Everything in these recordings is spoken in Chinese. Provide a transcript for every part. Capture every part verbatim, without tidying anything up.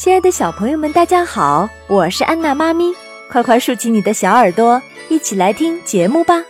亲爱的小朋友们，大家好，我是安娜妈咪，快快竖起你的小耳朵，一起来听节目吧。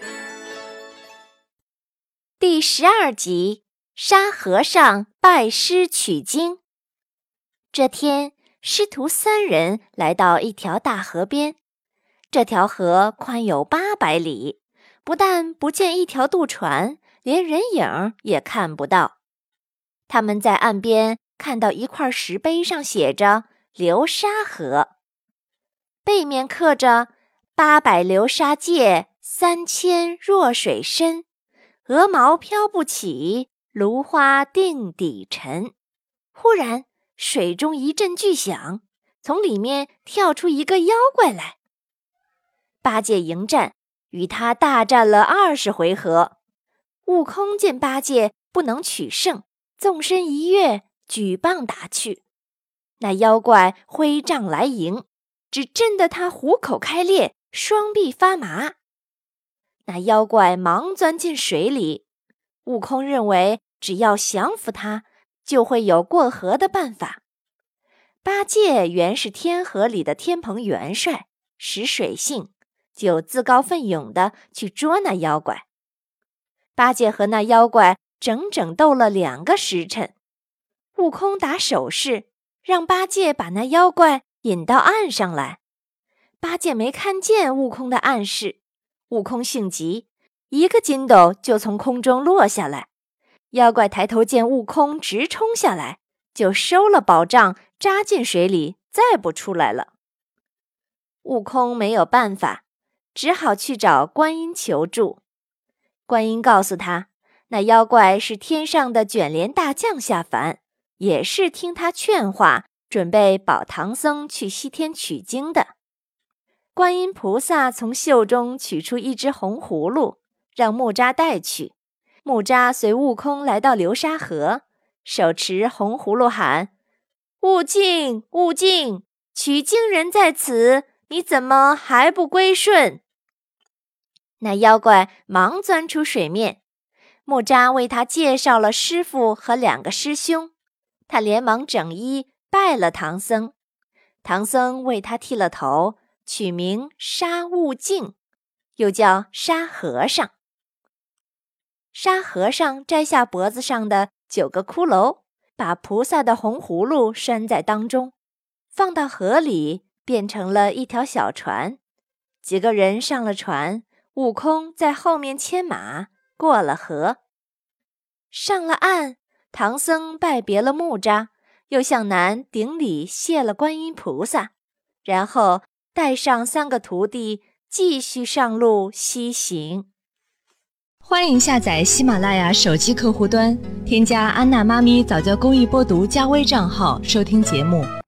第十二集，沙和尚拜师取经。这天，师徒三人来到一条大河边，这条河宽有八百里，不但不见一条渡船，连人影也看不到。他们在岸边看到一块石碑，上写着流沙河，背面刻着八百流沙界，三千弱水深，鹅毛飘不起，芦花定底沉。忽然水中一阵巨响，从里面跳出一个妖怪来。八戒迎战，与他大战了二十回合。悟空见八戒不能取胜，纵身一跃，举棒打去。那妖怪挥杖来迎，只震得他虎口开裂，双臂发麻。那妖怪忙钻进水里，悟空认为只要降服他，就会有过河的办法。八戒原是天河里的天蓬元帅，识水性，就自告奋勇地去捉那妖怪。八戒和那妖怪整整斗了两个时辰，悟空打手势，让八戒把那妖怪引到岸上来。八戒没看见悟空的暗示，悟空性急，一个筋斗就从空中落下来。妖怪抬头见悟空直冲下来，就收了宝杖，扎进水里，再不出来了。悟空没有办法，只好去找观音求助。观音告诉他，那妖怪是天上的卷帘大将下凡，也是听他劝话，准备保唐僧去西天取经的。观音菩萨从袖中取出一只红葫芦，让木吒带去。木吒随悟空来到流沙河，手持红葫芦喊：悟净，悟净，取经人在此，你怎么还不归顺？那妖怪忙钻出水面，木吒为他介绍了师父和两个师兄，他连忙整衣拜了唐僧。唐僧为他剃了头，取名沙悟净，又叫沙和尚。沙和尚摘下脖子上的九个骷髅，把菩萨的红葫芦拴在当中，放到河里，变成了一条小船。几个人上了船，悟空在后面牵马，过了河。上了岸，唐僧拜别了木吒，又向南顶礼谢了观音菩萨，然后带上三个徒弟继续上路西行。 欢迎下载喜马拉雅手机客户端，添加安娜妈咪早教公益播读加微账号收听节目。